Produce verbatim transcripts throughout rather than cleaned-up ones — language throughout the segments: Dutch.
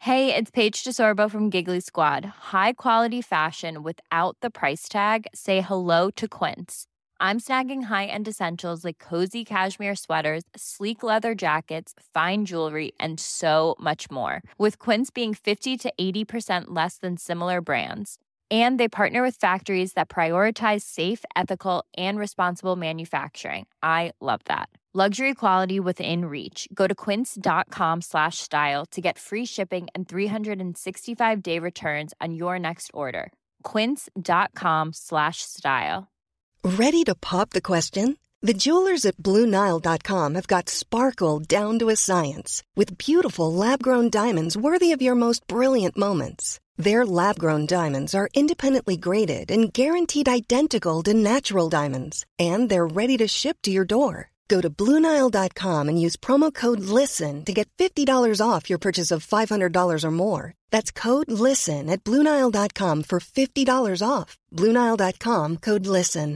Hey, it's Paige DeSorbo from Giggly Squad. High quality fashion without the price tag. Say hello to Quince. I'm snagging high-end essentials like cozy cashmere sweaters, sleek leather jackets, fine jewelry, and so much more. With Quince being fifty to eighty percent less than similar brands. And they partner with factories that prioritize safe, ethical, and responsible manufacturing. I love that. Luxury quality within reach. Go to quince.com slash style to get free shipping and three sixty-five day returns on your next order. Quince.com slash style. Ready to pop the question? The jewelers at Blue Nile dot com have got sparkle down to a science with beautiful lab-grown diamonds worthy of your most brilliant moments. Their lab-grown diamonds are independently graded and guaranteed identical to natural diamonds, and they're ready to ship to your door. Go to Blue Nile dot com and use promo code LISTEN to get fifty dollars off your purchase of five hundred dollars or more. That's code LISTEN at Blue Nile dot com for fifty dollars off. Blue Nile dot com, code LISTEN.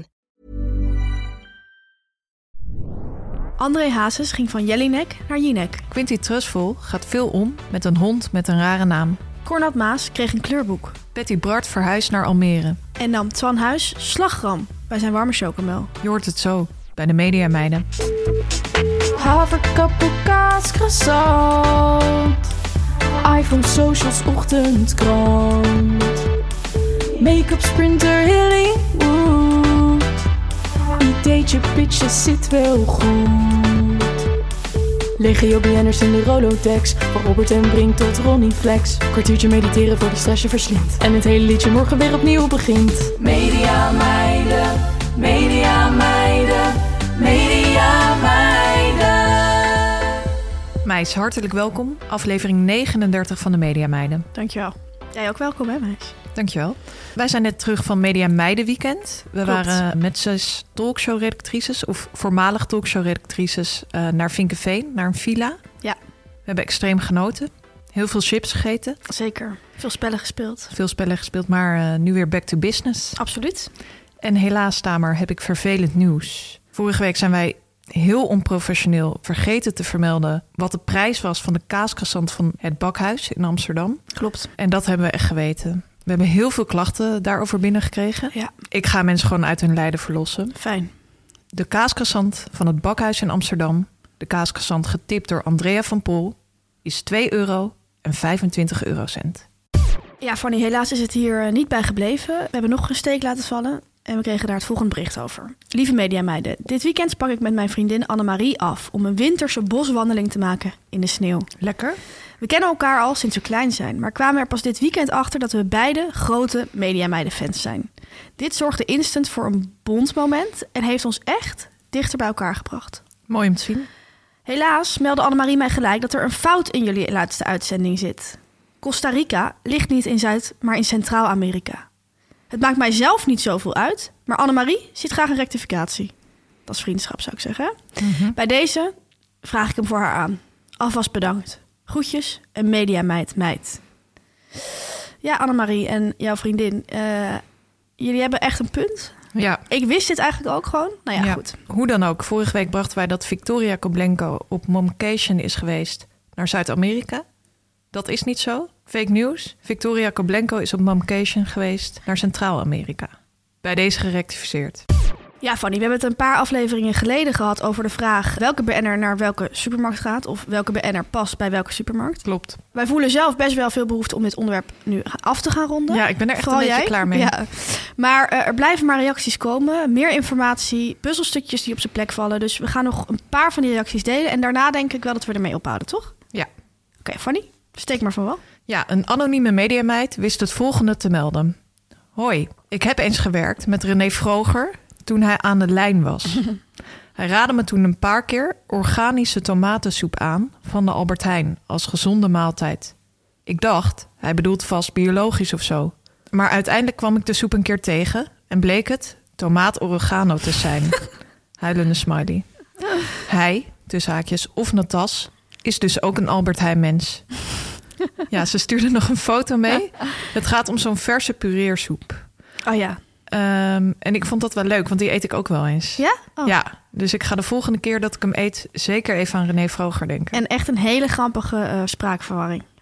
André Hazes ging van Jelinek naar Jinek. Quinty Trustful gaat veel om met een hond met een rare naam. Cornald Maas kreeg een kleurboek. Patty Bart verhuist naar Almere. En nam Twan Huis slagroom bij zijn warme chocomel. Je hoort het zo bij de Mediameiden. Haverkappel, kaas, croissant. iPhone, socials, ochtendkrant. Make-up, sprinter, Hollywood. Ideetje, pitjes, zit wel goed. Legio B N'ers in de Rolodex. Van Robert en Brink tot Ronnie Flex. Kwartiertje mediteren voor de stress je verslindt. En het hele liedje morgen weer opnieuw begint. Media meiden, media meiden, media meiden. Meis, hartelijk welkom. Aflevering negenendertig van de Mediameiden. Dankjewel. Jij ook welkom, hè, Meis? Dankjewel. Wij zijn net terug van Media Meiden Weekend. We Klopt. waren met zes talkshow-redactrices, of voormalig talkshow-redactrices, uh, naar Vinkeveen, naar een villa. Ja. We hebben extreem genoten. Heel veel chips gegeten. Zeker. Veel spellen gespeeld. Veel spellen gespeeld, maar uh, nu weer back to business. Absoluut. En helaas, Tamer, heb ik vervelend nieuws. Vorige week zijn wij heel onprofessioneel vergeten te vermelden wat de prijs was van de kaascroissant van het Bakhuis in Amsterdam. Klopt. En dat hebben we echt geweten. We hebben heel veel klachten daarover binnengekregen. Ja. Ik ga mensen gewoon uit hun lijden verlossen. Fijn. De kaascroissant van het Bakhuis in Amsterdam, de kaascroissant getipt door Andrea van Pol, is twee euro en vijfentwintig eurocent. Ja, Fanny, helaas is het hier uh, niet bij gebleven. We hebben nog een steek laten vallen en we kregen daar het volgende bericht over. Lieve mediameiden, dit weekend sprak ik met mijn vriendin Annemarie af om een winterse boswandeling te maken in de sneeuw. Lekker. We kennen elkaar al sinds we klein zijn, maar kwamen er pas dit weekend achter dat we beide grote Mediameiden-fans zijn. Dit zorgde instant voor een bondmoment en heeft ons echt dichter bij elkaar gebracht. Mooi om te zien. Helaas meldde Annemarie mij gelijk dat er een fout in jullie laatste uitzending zit. Costa Rica ligt niet in Zuid, maar in Centraal-Amerika. Het maakt mij zelf niet zoveel uit, maar Annemarie ziet graag een rectificatie. Dat is vriendschap, zou ik zeggen. Mm-hmm. Bij deze vraag ik hem voor haar aan. Alvast bedankt. Groetjes, een mediameid meid. Ja, Annemarie en jouw vriendin, uh, jullie hebben echt een punt. Ja. Ik wist dit eigenlijk ook gewoon. Nou ja, ja, goed. Hoe dan ook. Vorige week brachten wij dat Victoria Koblenko op Momcation is geweest naar Zuid-Amerika. Dat is niet zo. Fake news. Victoria Koblenko is op Momcation geweest naar Centraal-Amerika. Bij deze gerectificeerd. Ja, Fanny, we hebben het een paar afleveringen geleden gehad over de vraag welke B N'er naar welke supermarkt gaat of welke B N'er past bij welke supermarkt. Klopt. Wij voelen zelf best wel veel behoefte om dit onderwerp nu af te gaan ronden. Ja, ik ben er echt Vooral een beetje jij. klaar mee. Ja. Maar uh, er blijven maar reacties komen, meer informatie, puzzelstukjes die op zijn plek vallen. Dus we gaan nog een paar van die reacties delen en daarna denk ik wel dat we ermee ophouden, toch? Ja. Oké, okay, Fanny, steek maar van wel. Ja, een anonieme mediameid wist het volgende te melden. Hoi, ik heb eens gewerkt met René Vroger toen hij aan de lijn was. Hij raadde me toen een paar keer organische tomatensoep aan van de Albert Heijn als gezonde maaltijd. Ik dacht, hij bedoelt vast biologisch of zo. Maar uiteindelijk kwam ik de soep een keer tegen en bleek het tomaat oregano te zijn. Huilende smiley. Hij, tussen haakjes, of Natas, is dus ook een Albert Heijn mens. Ja, ze stuurde nog een foto mee. Het gaat om zo'n verse pureersoep. Oh ja. Um, en ik vond dat wel leuk, want die eet ik ook wel eens. Ja? Oh. Ja, dus ik ga de volgende keer dat ik hem eet zeker even aan René Vroger denken. En echt een hele grappige uh, spraakverwarring.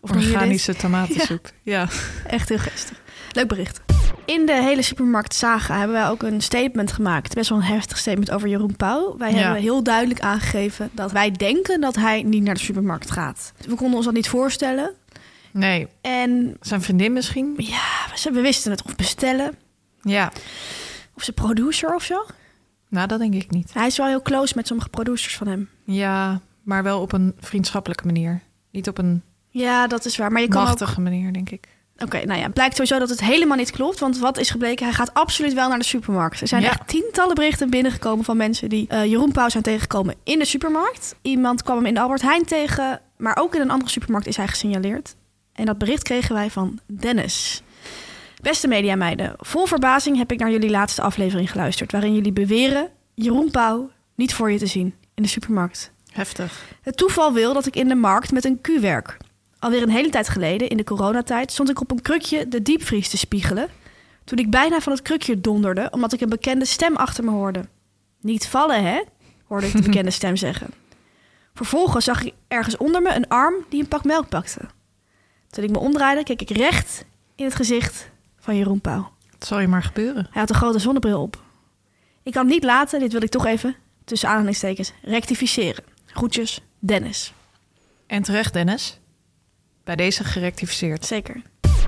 Of noem je dit? Organische tomatensoep. Ja. ja. Echt heel geestig. Leuk bericht. In de hele supermarkt Saga hebben wij ook een statement gemaakt. Best wel een heftig statement over Jeroen Pauw. Wij ja. hebben heel duidelijk aangegeven dat wij denken dat hij niet naar de supermarkt gaat. We konden ons dat niet voorstellen. Nee. En zijn vriendin misschien? Ja, we wisten het. Of bestellen. Ja. Of zijn producer of zo. Nou, dat denk ik niet. Hij is wel heel close met sommige producers van hem. Ja, maar wel op een vriendschappelijke manier. Niet op een ja, dat is waar. Maar je kan machtige ook... manier, denk ik. Oké, okay, nou ja, het blijkt sowieso dat het helemaal niet klopt. Want wat is gebleken? Hij gaat absoluut wel naar de supermarkt. Er zijn ja. echt tientallen berichten binnengekomen van mensen die uh, Jeroen Pauw zijn tegengekomen in de supermarkt. Iemand kwam hem in de Albert Heijn tegen, maar ook in een andere supermarkt is hij gesignaleerd. En dat bericht kregen wij van Dennis. Beste mediameiden, vol verbazing heb ik naar jullie laatste aflevering geluisterd, waarin jullie beweren Jeroen Pauw niet voor je te zien in de supermarkt. Heftig. Het toeval wil dat ik in de markt met een Q werk. Alweer een hele tijd geleden, in de coronatijd, stond ik op een krukje de diepvries te spiegelen, toen ik bijna van het krukje donderde, omdat ik een bekende stem achter me hoorde. Niet vallen, hè? Hoorde ik de bekende stem zeggen. Vervolgens zag ik ergens onder me een arm die een pak melk pakte. Toen ik me omdraaide, keek ik recht in het gezicht van Jeroen Pauw. Het zal je maar gebeuren. Hij had een grote zonnebril op. Ik kan het niet laten, dit wil ik toch even, tussen aanhalingstekens, rectificeren. Groetjes, Dennis. En terecht, Dennis. Bij deze gerectificeerd. Zeker.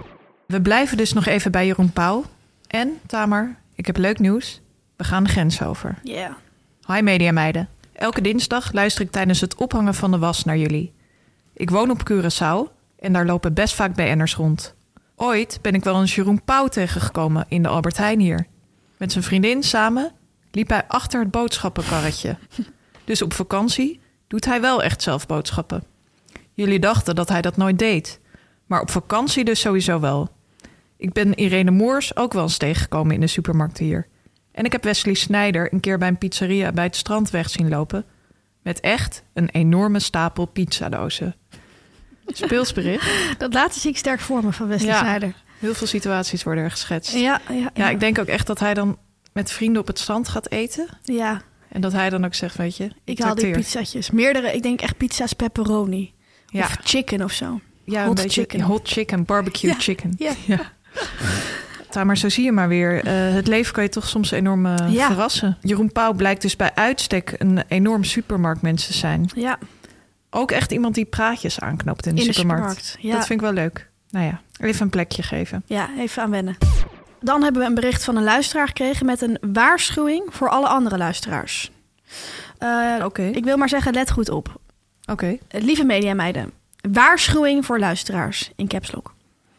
We blijven dus nog even bij Jeroen Pauw. En, Tamer, ik heb leuk nieuws. We gaan de grens over. Ja. Yeah. Hi mediameiden. Elke dinsdag luister ik tijdens het ophangen van de was naar jullie. Ik woon op Curaçao en daar lopen best vaak B N'ers rond. Ooit ben ik wel eens Jeroen Pauw tegengekomen in de Albert Heijn hier. Met zijn vriendin samen liep hij achter het boodschappenkarretje. Dus op vakantie doet hij wel echt zelf boodschappen. Jullie dachten dat hij dat nooit deed. Maar op vakantie dus sowieso wel. Ik ben Irene Moors ook wel eens tegengekomen in de supermarkt hier. En ik heb Wesley Snijder een keer bij een pizzeria bij het Strandweg zien lopen. Met echt een enorme stapel pizzadozen. Speelsbericht. Dat laatste zie ik sterk voor me van Wesley ja, Snijder. Heel veel situaties worden er geschetst. Ja, ja, ja. ja, ik denk ook echt dat hij dan met vrienden op het strand gaat eten. Ja. En dat hij dan ook zegt, weet je, ik, ik haal die pizzatjes. Meerdere, ik denk echt pizza's pepperoni. Ja. Of chicken of zo. Ja, hot een beetje chicken. hot chicken, barbecue ja. chicken. Ja. ja. Ja, maar zo zie je maar weer. Uh, het leven kan je toch soms enorm uh, ja. verrassen. Jeroen Pauw blijkt dus bij uitstek een enorm supermarktmens te zijn. Ja. Ook echt iemand die praatjes aanknoopt in de in supermarkt. De supermarkt. Ja. Dat vind ik wel leuk. Nou ja, even een plekje geven. Ja, even aan wennen. Dan hebben we een bericht van een luisteraar gekregen met een waarschuwing voor alle andere luisteraars. Uh, Oké. Okay. Ik wil maar zeggen, let goed op. Oké. Okay. Lieve mediameiden, waarschuwing voor luisteraars in Caps Lock.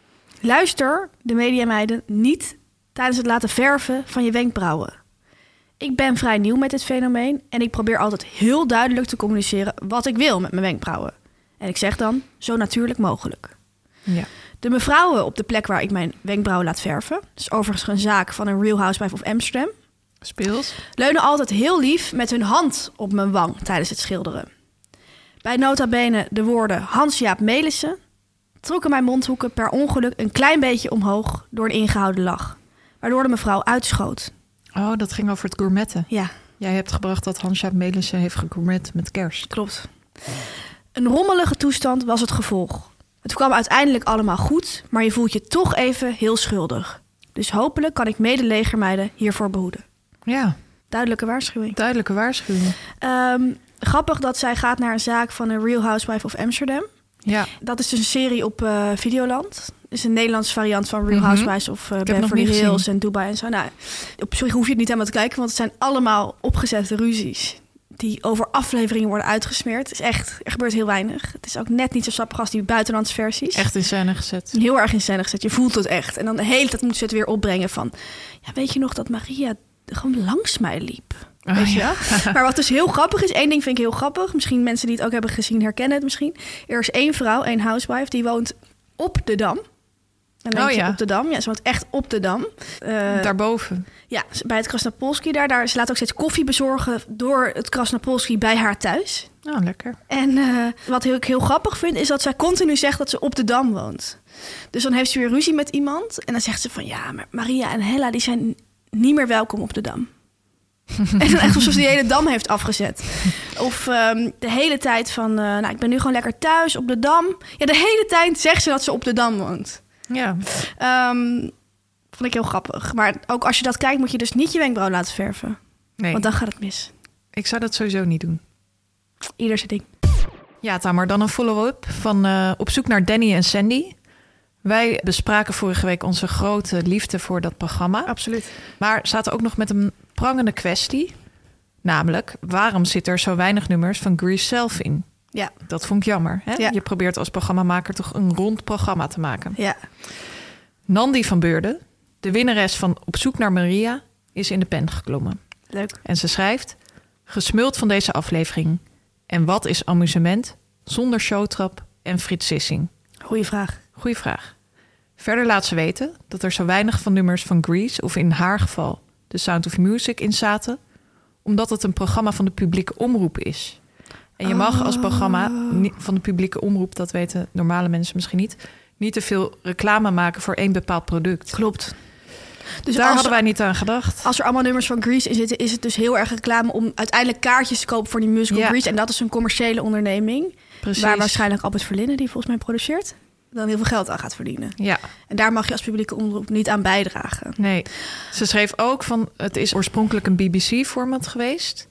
Luister de mediameiden niet tijdens het laten verven van je wenkbrauwen. Ik ben vrij nieuw met dit fenomeen en ik probeer altijd heel duidelijk te communiceren wat ik wil met mijn wenkbrauwen. En ik zeg dan zo natuurlijk mogelijk. Ja. De mevrouwen op de plek waar ik mijn wenkbrauwen laat verven, dat is overigens een zaak van een Real Housewife of Amsterdam, speels, leunen altijd heel lief met hun hand op mijn wang tijdens het schilderen. Bij nota bene de woorden Hans-Jaap Melissen trokken mijn mondhoeken per ongeluk een klein beetje omhoog door een ingehouden lach, waardoor de mevrouw uitschoot. Oh, dat ging over het gourmetten. Ja. Jij hebt gebracht dat Hans-Jaap Melissen heeft gegourmet met kerst. Klopt. Een rommelige toestand was het gevolg. Het kwam uiteindelijk allemaal goed, maar je voelt je toch even heel schuldig. Dus hopelijk kan ik medelegermeiden hiervoor behoeden. Ja. Duidelijke waarschuwing. Duidelijke waarschuwing. Um, grappig dat zij gaat naar een zaak van een Real Housewife of Amsterdam. Ja. Dat is dus een serie op uh, Videoland. Dat is een Nederlandse variant van Real Mm-hmm. Housewives of uh, Beverly Hills en Dubai en zo. Nou, op zich hoef je het niet helemaal te kijken, want het zijn allemaal opgezette ruzies die over afleveringen worden uitgesmeerd. Het is echt, er gebeurt heel weinig. Het is ook net niet zo sappig als die buitenlandse versies. Echt in scène gezet. Heel erg in scène gezet. Je voelt het echt. En dan de hele tijd moet ze het weer opbrengen van, ja, weet je nog dat Maria gewoon langs mij liep? Oh, weet je ja. wel? Maar wat dus heel grappig is, één ding vind ik heel grappig. Misschien mensen die het ook hebben gezien herkennen het misschien. Er is één vrouw, één housewife, die woont op de Dam. En dan oh, denk je ja. op de Dam. Ja, ze woont echt op de Dam. Uh, Daarboven. Ja, bij het Krasnapolski daar, daar. Ze laat ook steeds koffie bezorgen door het Krasnapolski bij haar thuis. Oh, lekker. En uh, wat ik heel grappig vind, is dat zij continu zegt dat ze op de Dam woont. Dus dan heeft ze weer ruzie met iemand. En dan zegt ze van, ja, maar Maria en Hella, die zijn niet meer welkom op de Dam. En dan echt alsof ze die hele Dam heeft afgezet. Of um, de hele tijd van... Uh, nou, ik ben nu gewoon lekker thuis op de Dam. Ja, de hele tijd zegt ze dat ze op de Dam woont. Ja. Um, vond ik heel grappig. Maar ook als je dat kijkt, moet je dus niet je wenkbrauw laten verven. Nee. Want dan gaat het mis. Ik zou dat sowieso niet doen. Ieder zijn ding. Ja, Tamer, dan een follow-up van uh, Op zoek naar Danny en Sandy. Wij bespraken vorige week onze grote liefde voor dat programma. Absoluut. Maar zaten ook nog met een prangende kwestie. Namelijk, waarom zitten er zo weinig nummers van Grease zelf in? Ja. Dat vond ik jammer. Hè? Ja. Je probeert als programmamaker toch een rond programma te maken. Ja. Nandi van Beurden, de winnares van Op zoek naar Maria, is in de pen geklommen. Leuk. En ze schrijft: gesmuld van deze aflevering. En wat is amusement zonder showtrap en Frits Sissing? Goeie vraag. Goeie vraag. Verder laat ze weten dat er zo weinig van nummers van Grease, of in haar geval The Sound of Music, in zaten, omdat het een programma van de publieke omroep is. En je mag als programma van de publieke omroep, dat weten normale mensen misschien niet, niet te veel reclame maken voor één bepaald product. Klopt. Dus daar als, hadden wij niet aan gedacht. Als er allemaal nummers van Grease in zitten, is het dus heel erg reclame om uiteindelijk kaartjes te kopen voor die musical Ja. Grease. En dat is een commerciële onderneming. Precies. Waar waarschijnlijk Albert Verlinde, die volgens mij produceert, dan heel veel geld aan gaat verdienen. Ja. En daar mag je als publieke omroep niet aan bijdragen. Nee. Ze schreef ook van, het is oorspronkelijk een B B C-format geweest.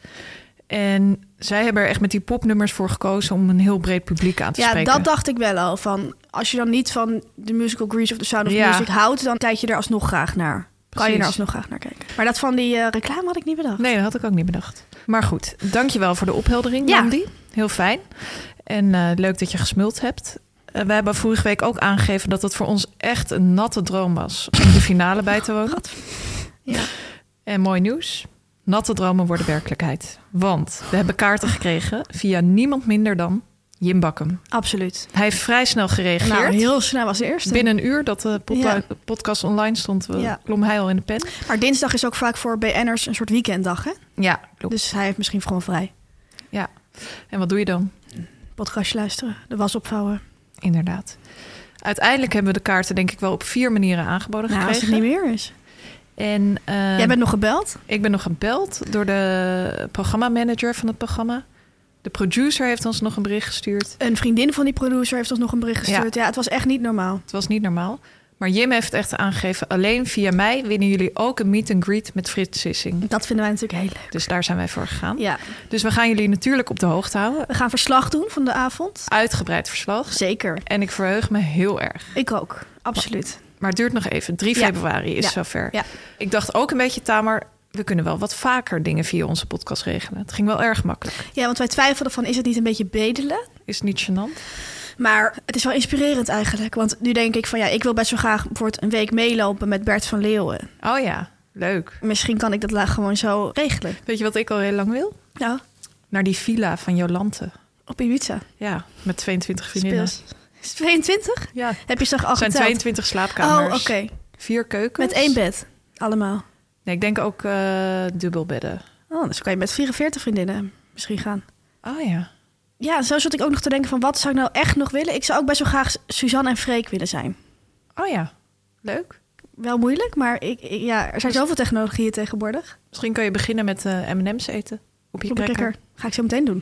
En zij hebben er echt met die popnummers voor gekozen om een heel breed publiek aan te Ja, spreken. dat dacht ik wel al. Van, als je dan niet van de musical Grease of The Sound of Ja. Music houdt, dan kijk je er alsnog graag naar. Kan je Precies. er alsnog graag naar kijken. Maar dat van die uh, reclame had ik niet bedacht. Nee, dat had ik ook niet bedacht. Maar goed, dankjewel voor de opheldering, Ja. Nandi. Heel fijn. En uh, leuk dat je gesmuld hebt. Uh, we hebben vorige week ook aangegeven dat het voor ons echt een natte droom was om de finale bij te wonen. Ja. En mooi nieuws. Natte dromen worden werkelijkheid. Want we hebben kaarten gekregen via niemand minder dan Jim Bakkum. Absoluut. Hij heeft vrij snel gereageerd. Nou, heel snel was de eerste. Binnen een uur dat de podca- Ja. podcast online stond, we- Ja. klom hij al in de pen. Maar dinsdag is ook vaak voor B N'ers een soort weekenddag, hè? Ja, klopt. Dus hij heeft misschien gewoon vrij. Ja. En wat doe je dan? Podcastje luisteren, de was opvouwen. Inderdaad. Uiteindelijk hebben we de kaarten denk ik wel op vier manieren aangeboden Nou, als gekregen. het niet meer is. En, uh, Jij bent nog gebeld? Ik ben nog gebeld door de programmamanager van het programma. De producer heeft ons nog een bericht gestuurd. Een vriendin van die producer heeft ons nog een bericht gestuurd. Ja, ja het was echt niet normaal. Het was niet normaal. Maar Jim heeft echt aangegeven, alleen via mij winnen jullie ook een meet and greet met Frits Sissing. Dat vinden wij natuurlijk heel leuk. Dus daar zijn wij voor gegaan. Ja. Dus we gaan jullie natuurlijk op de hoogte houden. We gaan verslag doen van de avond. Uitgebreid verslag. Zeker. En ik verheug me heel erg. Ik ook, absoluut. Maar het duurt nog even. drie Ja. februari is Ja. zover. Ja. Ik dacht ook een beetje, Tamer, we kunnen wel wat vaker dingen via onze podcast regelen. Het ging wel erg makkelijk. Ja, want wij twijfelden van, is het niet een beetje bedelen? Is het niet gênant? Maar het is wel inspirerend eigenlijk. Want nu denk ik van, ja, ik wil best wel graag bijvoorbeeld een week meelopen met Bert van Leeuwen. Oh ja, leuk. Misschien kan ik dat la- gewoon zo regelen. Weet je wat ik al heel lang wil? Nou, Naar die villa van Jolante. op Ibiza. Ja, met tweeëntwintig vriendinnen. Speels. Is het tweeëntwintig? Ja, Heb je ze al het zijn geteld? tweeëntwintig slaapkamers. Oh, oké. Vier keukens. Met één bed. Allemaal. Nee, ik denk ook uh, dubbelbedden. Oh, dus kan je met vierenveertig vriendinnen misschien gaan. Oh ja. Ja, zo zat ik ook nog te denken van, wat zou ik nou echt nog willen? Ik zou ook best wel graag Suzanne en Freek willen zijn. Oh ja, leuk. Wel moeilijk, maar ik, ik- ja, er zijn zoveel technologieën tegenwoordig. Misschien kan je beginnen met uh, M en M's eten op je Op een cracker. cracker. Ga ik zo meteen doen.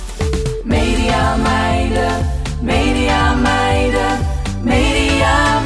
Media meiden, media meiden, media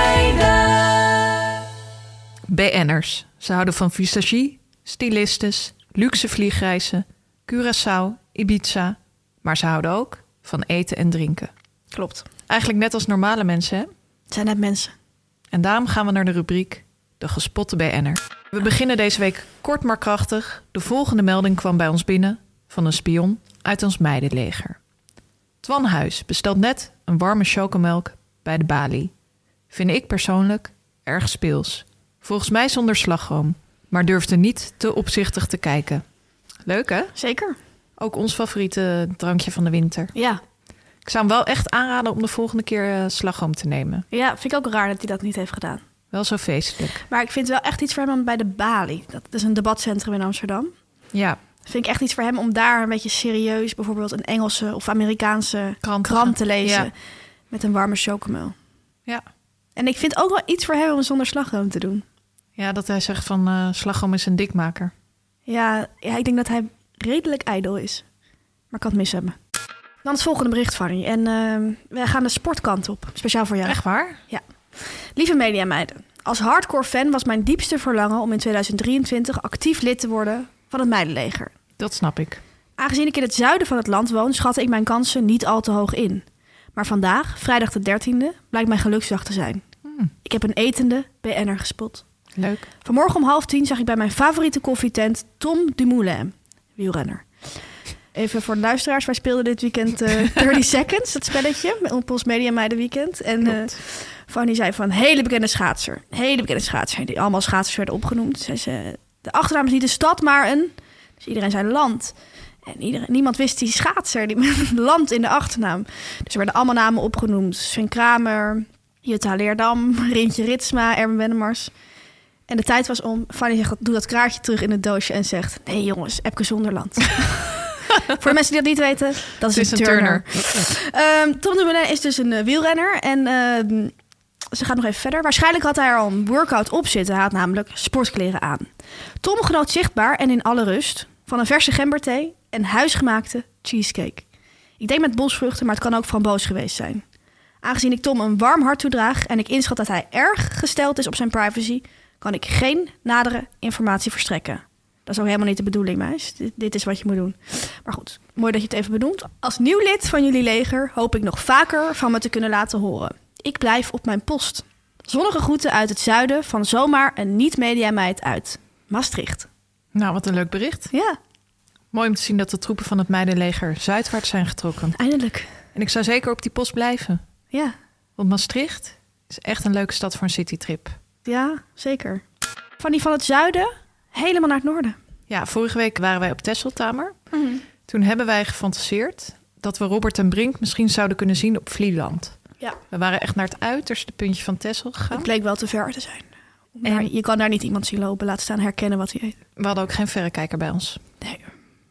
meiden. B N'ers. Ze houden van visagie, stylistes, luxe vliegreizen, Curaçao, Ibiza. Maar ze houden ook van eten en drinken. Klopt. Eigenlijk net als normale mensen, hè? Het zijn net mensen. En daarom gaan we naar de rubriek De Gespotte B N'er. We beginnen deze week kort maar krachtig. De volgende melding kwam bij ons binnen van een spion uit ons meidenleger. Twan Huis bestelt net een warme chocomelk bij de balie. Vind ik persoonlijk erg speels. Volgens mij zonder slagroom, maar durfde niet te opzichtig te kijken. Leuk hè? Zeker. Ook ons favoriete drankje van de winter. Ja. Ik zou hem wel echt aanraden om de volgende keer uh, slagroom te nemen. Ja, vind ik ook raar dat hij dat niet heeft gedaan. Wel zo feestelijk. Maar ik vind wel echt iets voor hem om bij de Bali. Dat is een debatcentrum in Amsterdam. Ja. Vind ik echt iets voor hem om daar een beetje serieus bijvoorbeeld een Engelse of Amerikaanse Krant, krant te lezen. Ja. Met een warme chocomel. Ja. En ik vind ook wel iets voor hem om zonder slagroom te doen. Ja, dat hij zegt van uh, slagroom is een dikmaker. Ja, ja, ik denk dat hij redelijk ijdel is. Maar ik kan het mis hebben. Dan het volgende bericht, Fanny. En uh, wij gaan de sportkant op. Speciaal voor jou. Echt waar? Ja. Lieve mediameiden. Als hardcore fan was mijn diepste verlangen om in tweeduizend drieëntwintig actief lid te worden van het meidenleger. Dat snap ik. Aangezien ik in het zuiden van het land woon, schatte ik mijn kansen niet al te hoog in. Maar vandaag, vrijdag de dertiende, blijkt mijn geluksdag te zijn. Hmm. Ik heb een etende B N'er gespot. Leuk. Vanmorgen om half tien zag ik bij mijn favoriete koffietent Tom Dumoulin, wielrenner. Even voor de luisteraars, wij speelden dit weekend uh, dertig seconds, dat spelletje, op ons Media Meiden weekend. En uh, Fanny zei van, hele bekende schaatser, hele bekende schaatser. Die allemaal schaatsers werden opgenoemd. Zei ze, de achternaam is niet de stad, maar een... Dus iedereen zei land. En iedereen, niemand wist die schaatser, die met land in de achternaam. Dus er werden allemaal namen opgenoemd. Sven Kramer, Jutta Leerdam, Rintje Ritsma, Erwin Wennemars. En de tijd was om. Fanny zegt, doe dat kaartje terug in het doosje en zegt... Nee jongens, Epke Zonderland. Voor de mensen die dat niet weten, dat is, is een, een turner. turner. Um, Tom Dumoulin is dus een uh, wielrenner. En uh, ze gaat nog even verder. Waarschijnlijk had hij er al een workout op zitten. Hij had namelijk sportkleren aan. Tom genoot zichtbaar en in alle rust van een verse gemberthee en huisgemaakte cheesecake. Ik denk met bosvruchten, maar het kan ook framboos geweest zijn. Aangezien ik Tom een warm hart toedraag en ik inschat dat hij erg gesteld is op zijn privacy, kan ik geen nadere informatie verstrekken. Dat is ook helemaal niet de bedoeling, meis. Dit, dit is wat je moet doen. Maar goed, mooi dat je het even benoemt. Als nieuw lid van jullie leger hoop ik nog vaker van me te kunnen laten horen. Ik blijf op mijn post. Zonnige groeten uit het zuiden van zomaar een niet-mediameid uit Maastricht. Nou, wat een leuk bericht. Ja. Mooi om te zien dat de troepen van het meidenleger zuidwaarts zijn getrokken. Eindelijk. En ik zou zeker op die post blijven. Ja. Want Maastricht is echt een leuke stad voor een citytrip. Ja, zeker. Van die van het zuiden helemaal naar het noorden. Ja, vorige week waren wij op Tesseltamer. Mm-hmm. Toen hebben wij gefantaseerd dat we Robert ten Brink misschien zouden kunnen zien op Vlieland. Ja. We waren echt naar het uiterste puntje van Texel gegaan. Het bleek wel te ver te zijn. En maar je kan daar niet iemand zien lopen, laat staan herkennen wat hij eet. We hadden ook geen verrekijker bij ons. Nee.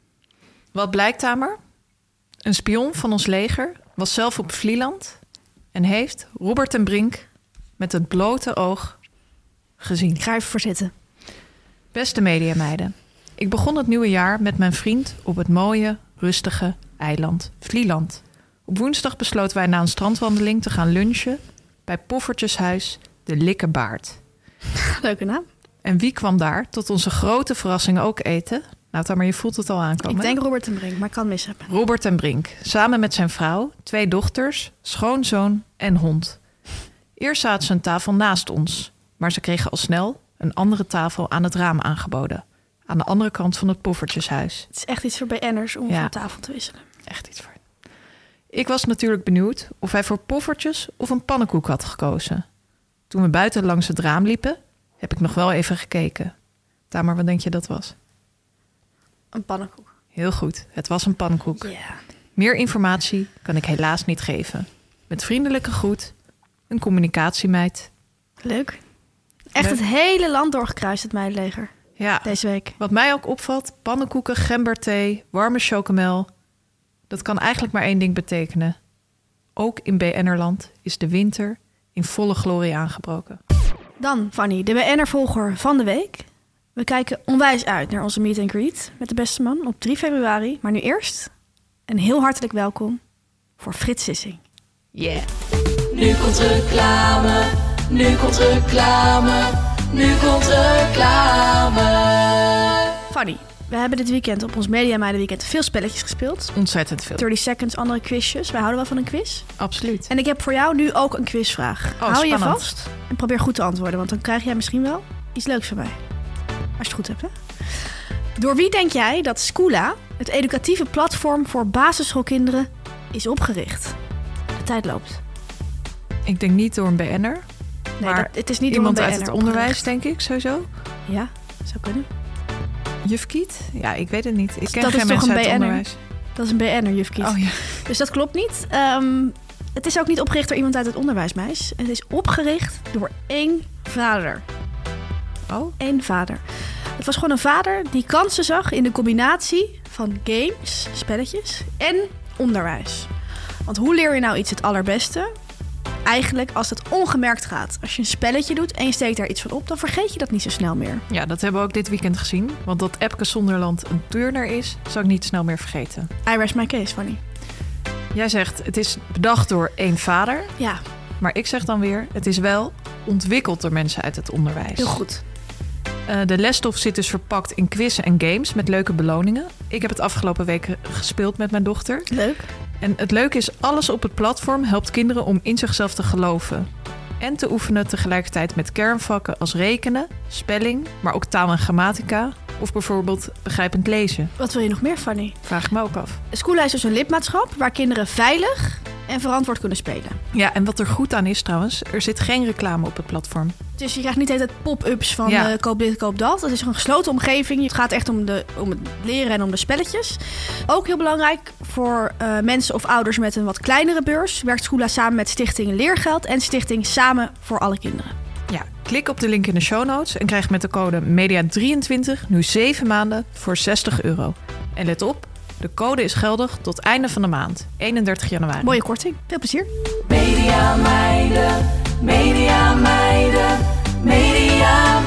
Wat blijkt, Tamer? Een spion van ons leger was zelf op Vlieland en heeft Robert ten Brink met het blote oog gezien. Ik ga even voor zitten. Beste mediameiden, ik begon het nieuwe jaar met mijn vriend op het mooie, rustige eiland Vlieland. Op woensdag besloten wij na een strandwandeling te gaan lunchen bij Poffertjeshuis de Likkebaard. Leuke naam. En wie kwam daar tot onze grote verrassing ook eten? Nou, Tamer, je voelt het al aankomen. Ik denk Robert ten Brink, maar ik kan missen. Robert ten Brink, samen met zijn vrouw, twee dochters, schoonzoon en hond. Eerst zaten ze een tafel naast ons, maar ze kregen al snel een andere tafel aan het raam aangeboden. Aan de andere kant van het Poffertjeshuis. Het is echt iets voor B N'ers om ja. van tafel te wisselen. Echt iets voor. Ik was natuurlijk benieuwd of hij voor poffertjes of een pannenkoek had gekozen. Toen we buiten langs het raam liepen, heb ik nog wel even gekeken. Tamer, wat denk je dat was? Een pannenkoek. Heel goed, het was een pannenkoek. Ja. Yeah. Meer informatie kan ik helaas niet geven. Met vriendelijke groet, een communicatiemeid. Leuk. Echt Leuk. Het hele land doorgekruist, het meidenleger. Ja. Deze week. Wat mij ook opvalt, pannenkoeken, gemberthee, warme chocomel. Dat kan eigenlijk maar één ding betekenen. Ook in B N'erland is de winter in volle glorie aangebroken. Dan, Fanny, de B N'er-volger van de week. We kijken onwijs uit naar onze meet and greet met de beste man op drie februari. Maar nu eerst een heel hartelijk welkom voor Frits Sissing. Yeah. Nu komt reclame, nu komt reclame, nu komt reclame. Fanny, we hebben dit weekend op ons Media Meiden weekend veel spelletjes gespeeld. Ontzettend veel. dertig seconds, andere quizjes. Wij houden wel van een quiz. Absoluut. En ik heb voor jou nu ook een quizvraag. Oh, Hou spannend. je vast en probeer goed te antwoorden, want dan krijg jij misschien wel iets leuks van mij. Als je het goed hebt, hè? Door wie denk jij dat Schoola, het educatieve platform voor basisschoolkinderen, is opgericht? De tijd loopt. Ik denk niet door een B N'er. Nee, maar dat, het is niet iemand door een uit B N'er het onderwijs, opgericht. denk ik, sowieso. Ja, zou kunnen. Juf Kiet? Ja, ik weet het niet. Ik ken dat geen is mensen toch uit een het B N'er? onderwijs. Dat is een B N'er, juf Kiet. Oh ja. Dus dat klopt niet. Um, het is ook niet opgericht door iemand uit het onderwijs, meis. Het is opgericht door één vader. Oh? Eén vader. Het was gewoon een vader die kansen zag in de combinatie van games, spelletjes en onderwijs. Want hoe leer je nou iets het allerbeste? eigenlijk als het ongemerkt gaat. Als je een spelletje doet en je steekt daar iets van op, dan vergeet je dat niet zo snel meer. Ja, dat hebben we ook dit weekend gezien. Want dat Epke Zonderland een turner is, zal ik niet snel meer vergeten. I rest my case, Fanny. Jij zegt, het is bedacht door één vader. Ja. Maar ik zeg dan weer, het is wel ontwikkeld door mensen uit het onderwijs. Heel goed. Uh, de lesstof zit dus verpakt in quizzen en games met leuke beloningen. Ik heb het afgelopen weken gespeeld met mijn dochter. Leuk. En het leuke is, alles op het platform helpt kinderen om in zichzelf te geloven. En te oefenen tegelijkertijd met kernvakken als rekenen, spelling, maar ook taal en grammatica. Of bijvoorbeeld begrijpend lezen. Wat wil je nog meer, Fanny? Vraag ik me ook af. Schoola is dus een lidmaatschap waar kinderen veilig en verantwoord kunnen spelen. Ja, en wat er goed aan is trouwens, er zit geen reclame op het platform. Dus je krijgt niet altijd pop-ups van ja. uh, koop dit, koop dat. Het is een gesloten omgeving. Het gaat echt om, de, om het leren en om de spelletjes. Ook heel belangrijk voor uh, mensen of ouders met een wat kleinere beurs werkt Schoola samen met Stichting Leergeld en Stichting Samen voor alle kinderen. Ja, klik op de link in de show notes en krijg met de code media drieëntwintig nu zeven maanden voor zestig euro. En let op, de code is geldig tot einde van de maand, eenendertig januari. Mooie korting. Veel plezier. Media meiden, media meiden, media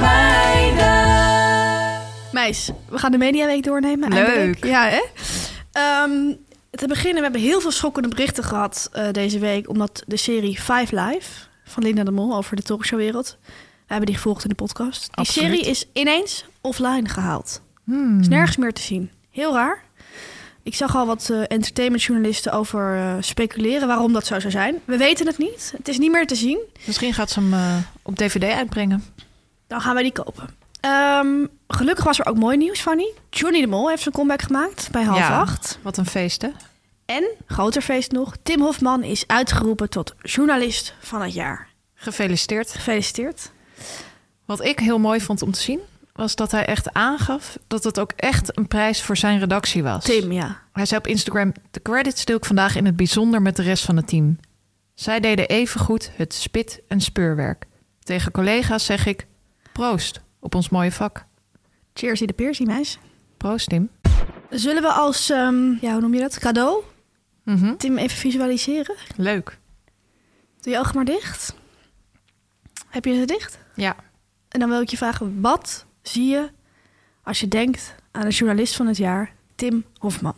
meiden. Meis, we gaan de Mediaweek doornemen. Leuk. Eindelijk. Ja, hè? Um, te beginnen, we hebben heel veel schokkende berichten gehad uh, deze week, omdat de serie Five Live van Linda de Mol over de talkshowwereld, we hebben die gevolgd in de podcast. Die Absoluut. serie is ineens offline gehaald. Hmm. Is nergens meer te zien. Heel raar. Ik zag al wat uh, entertainmentjournalisten over uh, speculeren waarom dat zo zou zijn. We weten het niet. Het is niet meer te zien. Misschien gaat ze hem uh, op D V D uitbrengen. Dan gaan wij die kopen. Um, gelukkig was er ook mooi nieuws, Fanny. Johnny de Mol heeft zijn comeback gemaakt bij half ja, acht. Wat een feest, hè? En, groter feest nog, Tim Hofman is uitgeroepen tot journalist van het jaar. Gefeliciteerd. Gefeliciteerd. Wat ik heel mooi vond om te zien, was dat hij echt aangaf dat het ook echt een prijs voor zijn redactie was. Tim, ja. Hij zei op Instagram, de credits deel ik vandaag in het bijzonder met de rest van het team. Zij deden evengoed het spit- en speurwerk. Tegen collega's zeg ik, proost op ons mooie vak. Cheersie de peersie, meis. Proost, Tim. Zullen we als, um, ja, hoe noem je dat, cadeau, Mm-hmm. Tim even visualiseren? Leuk. Doe je ogen maar dicht. Heb je ze dicht? Ja. En dan wil ik je vragen, wat zie je als je denkt aan de journalist van het jaar, Tim Hofman?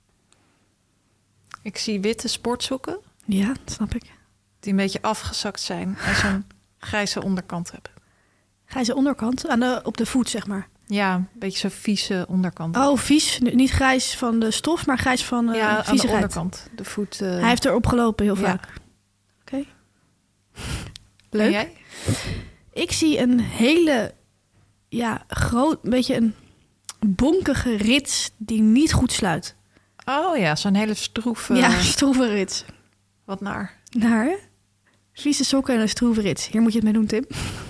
Ik zie witte sportsokken Ja, dat snap ik. die een beetje afgezakt zijn en zo'n grijze onderkant hebben. Grijze onderkant, aan de, op de voet, zeg maar. Ja, een beetje zo'n vieze onderkant. Oh, vies. Nu- Niet grijs van de stof, maar grijs van uh, ja, aan de viezigheid. onderkant. De voet. Uh... Hij heeft erop gelopen heel Ja. vaak. Oké. Okay. En Leuk. jij? Ik zie een hele, ja, groot, een beetje een bonkige rits die niet goed sluit. Oh ja, zo'n hele stroeve. Ja, stroeve rits. Wat naar. Naar, hè? Vieze sokken en een stroeve rits. Hier moet je het mee doen, Tim.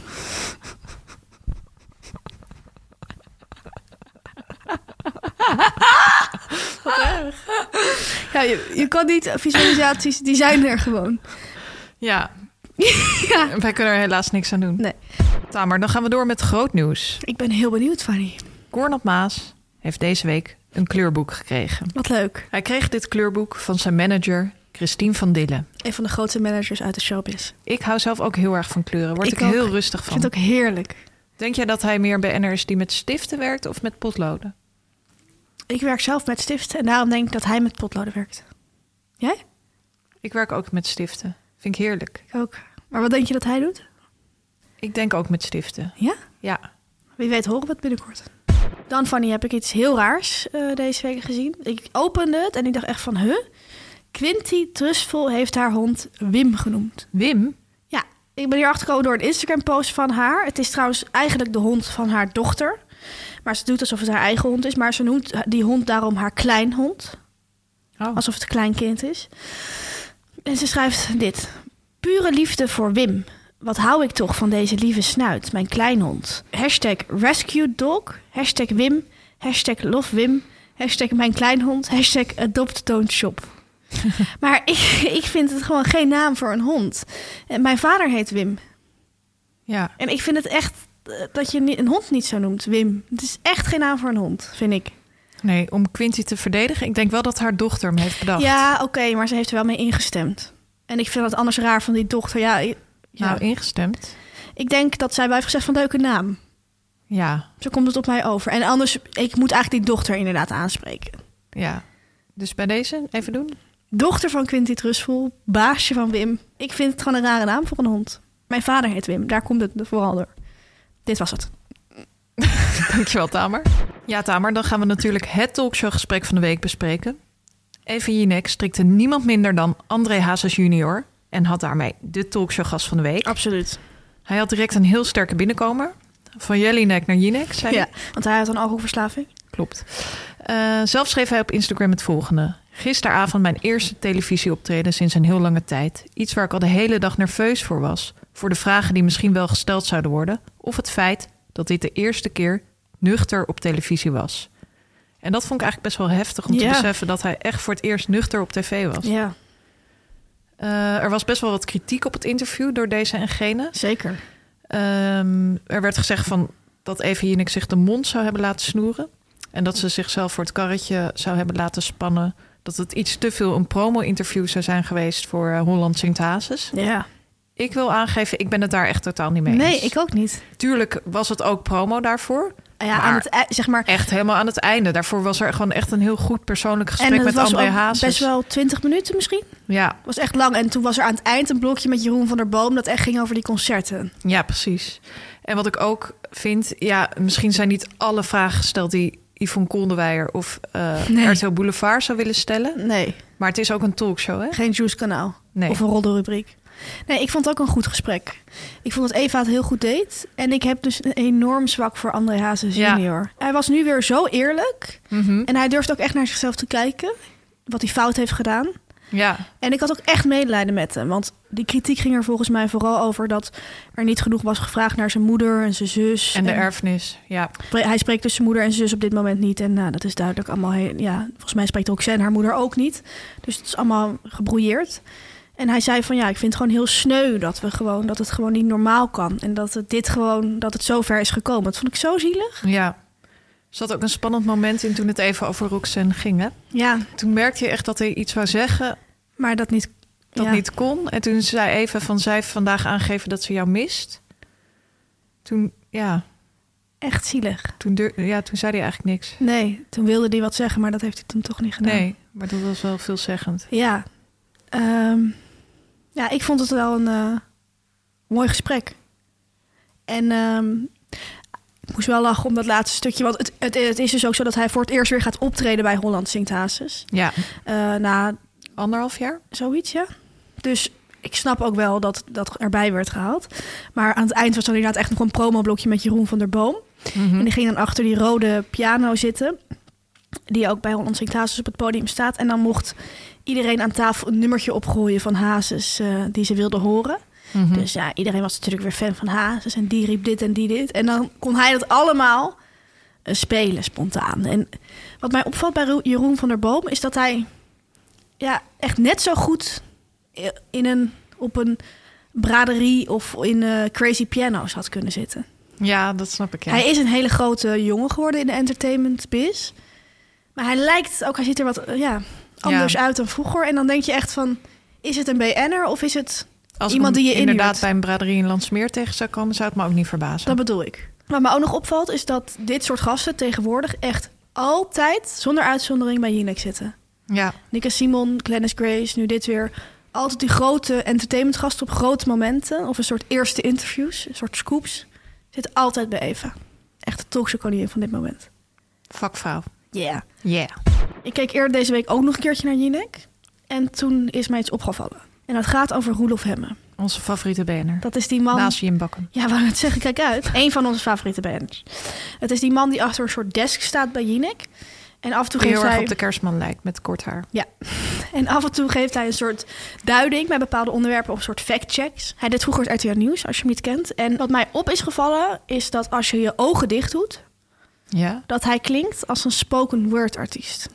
Wat erg. Ja, je, je kan niet, visualisaties, die zijn er gewoon. Ja. Ja. Wij kunnen er helaas niks aan doen. Nee. Tamer, dan gaan we door met groot nieuws. Ik ben heel benieuwd, Fanny. Cornel Maas heeft deze week een kleurboek gekregen. Wat leuk. Hij kreeg dit kleurboek van zijn manager, Christine van Dille. Een van de grootste managers uit de showbiz. Ik hou zelf ook heel erg van kleuren. Word ik, Ik ook. heel rustig Ik van. vind het ook heerlijk. Denk jij dat hij meer B N'er is die met stiften werkt of met potloden? Ik werk zelf met stiften en daarom denk ik dat hij met potloden werkt. Jij? Ik werk ook met stiften. Vind ik heerlijk. Ik ook. Maar wat denk je dat hij doet? Ik denk ook met stiften. Ja? Ja. Wie weet horen we het binnenkort. Dan, Fanny, heb ik iets heel raars uh, deze week gezien. Ik opende het en ik dacht echt van, huh? Quinty Trustful heeft haar hond Wim genoemd. Wim? Ja, ik ben hier achtergekomen door een Instagram-post van haar. Het is trouwens eigenlijk de hond van haar dochter. Maar ze doet alsof het haar eigen hond is. Maar ze noemt die hond daarom haar kleinhond. Oh. Alsof het een klein kind is. En ze schrijft dit. Pure liefde voor Wim. Wat hou ik toch van deze lieve snuit, mijn kleinhond. Hashtag rescue dog. Hashtag Wim. Hashtag love Wim. Hashtag mijn kleinhond. Hashtag adopt don't shop. Maar ik, ik vind het gewoon geen naam voor een hond. En mijn vader heet Wim. Ja. En ik vind het echt uh, dat je een hond niet zo noemt, Wim. Het is echt geen naam voor een hond, vind ik. Nee, om Quinty te verdedigen. Ik denk wel dat haar dochter hem heeft bedacht. Ja, oké, okay, maar ze heeft er wel mee ingestemd. En ik vind het anders raar van die dochter. Ja, ja. Nou, ingestemd. Ik denk dat zij wel heeft gezegd van leuke naam. Ja. Zo komt het op mij over. En anders, ik moet eigenlijk die dochter inderdaad aanspreken. Ja. Dus bij deze, even doen. Dochter van Quinty Trustful, baasje van Wim. Ik vind het gewoon een rare naam voor een hond. Mijn vader heet Wim, daar komt het vooral door. Dit was het. Dankjewel, Tamer. Ja, Tamer, dan gaan we natuurlijk het talkshowgesprek van de week bespreken. Eva Jinek strikte niemand minder dan André Hazes junior en had daarmee de talkshowgast van de week. Absoluut. Hij had direct een heel sterke binnenkomer. Van Jelinek naar Jinek, zei hij. Ja, want hij had een alcoholverslaving. Klopt. Uh, zelf schreef hij op Instagram het volgende. Gisteravond mijn eerste televisieoptreden sinds een heel lange tijd. Iets waar ik al de hele dag nerveus voor was. Voor de vragen die misschien wel gesteld zouden worden. Of het feit dat dit de eerste keer nuchter op televisie was. En dat vond ik eigenlijk best wel heftig om ja. te beseffen dat hij echt voor het eerst nuchter op tv was. Ja. Uh, er was best wel wat kritiek op het interview door deze en gene. Zeker. Um, er werd gezegd van dat Eva Jinek zich de mond zou hebben laten snoeren. En dat ze zichzelf voor het karretje zou hebben laten spannen. Dat het iets te veel een promo-interview zou zijn geweest voor uh, Holland Zingt Hazes. Ja. Ik wil aangeven, ik ben het daar echt totaal niet mee eens. Nee, ik ook niet. Tuurlijk was het ook promo daarvoor. Ja, aan het, zeg maar, echt helemaal aan het einde. Daarvoor was er gewoon echt een heel goed persoonlijk gesprek en met André Hazes. Best wel twintig minuten misschien. Ja. Het was echt lang. En toen was er aan het eind een blokje met Jeroen van der Boom dat echt ging over die concerten. Ja, precies. En wat ik ook vind, ja, misschien zijn niet alle vragen gesteld die Yvonne Koldewijer of uh, nee. R T L Boulevard zou willen stellen. Nee. Maar het is ook een talkshow, hè? Geen Juice-kanaal. Nee. Of een roddelrubriek. Nee, ik vond het ook een goed gesprek. Ik vond dat Eva het heel goed deed. En ik heb dus een enorm zwak voor André Hazes junior. Ja. Hij was nu weer zo eerlijk. Mm-hmm. En hij durft ook echt naar zichzelf te kijken. Wat hij fout heeft gedaan. Ja. En ik had ook echt medelijden met hem. Want die kritiek ging er volgens mij vooral over dat er niet genoeg was gevraagd naar zijn moeder en zijn zus. En de en erfenis, ja. Hij spreekt dus zijn moeder en zijn zus op dit moment niet. En nou, dat is duidelijk allemaal heel, ja, volgens mij spreekt Roxanne haar moeder ook niet. Dus het is allemaal gebrouilleerd. En hij zei van ja, ik vind het gewoon heel sneu dat we gewoon dat het gewoon niet normaal kan. En dat het dit gewoon, dat het zo ver is gekomen. Dat vond ik zo zielig. Ja. Er zat ook een spannend moment in toen het even over Roxanne ging, hè? Ja. Toen merkte je echt dat hij iets wou zeggen, maar dat niet, dat ja. niet kon. En toen zei Eva van, zij heeft vandaag aangegeven dat ze jou mist. Toen, ja. Echt zielig. Toen, dur- ja, toen zei hij eigenlijk niks. Nee, toen wilde hij wat zeggen, maar dat heeft hij toen toch niet gedaan. Nee, maar dat was wel veelzeggend. Ja. Um, ja, ik vond het wel een uh, mooi gesprek. En um, ik moest wel lachen om dat laatste stukje. Want het, het, het is dus ook zo dat hij voor het eerst weer gaat optreden bij Holland Zingt Hazes. Ja. Uh, na anderhalf jaar? Zoiets, ja. Dus ik snap ook wel dat dat erbij werd gehaald. Maar aan het eind was er inderdaad echt nog een promoblokje met Jeroen van der Boom. Mm-hmm. En die ging dan achter die rode piano zitten. Die ook bij Holland Zingt Hazes op het podium staat. En dan mocht iedereen aan tafel een nummertje opgooien van Hazes uh, die ze wilden horen. Mm-hmm. Dus ja, iedereen was natuurlijk weer fan van Hazes. En die riep dit en die dit. En dan kon hij dat allemaal uh, spelen spontaan. En wat mij opvalt bij Jeroen van der Boom is dat hij ja, echt net zo goed in een, op een braderie of in uh, Crazy Piano's had kunnen zitten. Ja, dat snap ik. Ja. Hij is een hele grote jongen geworden in de entertainment biz. Maar hij lijkt ook, hij ziet er wat ja, anders ja. uit dan vroeger. En dan denk je echt van, is het een B N'er of is het Als iemand die je inhuurt? Inderdaad bij een braderie in Landsmeer tegen zou komen, zou het me ook niet verbazen. Dat bedoel ik. Wat me ook nog opvalt is dat dit soort gasten tegenwoordig echt altijd, zonder uitzondering, bij Jinek zitten. Ja. Nika Simon, Glennis Grace, nu dit weer. Altijd die grote entertainmentgasten op grote momenten. Of een soort eerste interviews, een soort scoops. Zit altijd bij Eva. Echt de talkshow-koningin van dit moment. Vakvrouw. Ja. Yeah. Yeah. Ik keek eerder deze week ook nog een keertje naar Jinek. En toen is mij iets opgevallen. En dat gaat over Roelof Hemme. Onze favoriete B N'er. Dat is die man... Naast Jim Bakken. Ja, wou het zeggen, kijk uit. Eén van onze favoriete B N'ers. Het is die man die achter een soort desk staat bij Jinek. En af en toe die geeft heel erg hij... op de Kerstman lijkt, met kort haar. Ja. En af en toe geeft hij een soort duiding bij bepaalde onderwerpen of een soort fact-checks. Hij deed vroeger het R T L Nieuws, als je hem niet kent. En wat mij op is gevallen, is dat als je je ogen dicht doet... Ja. dat hij klinkt als een spoken word artiest.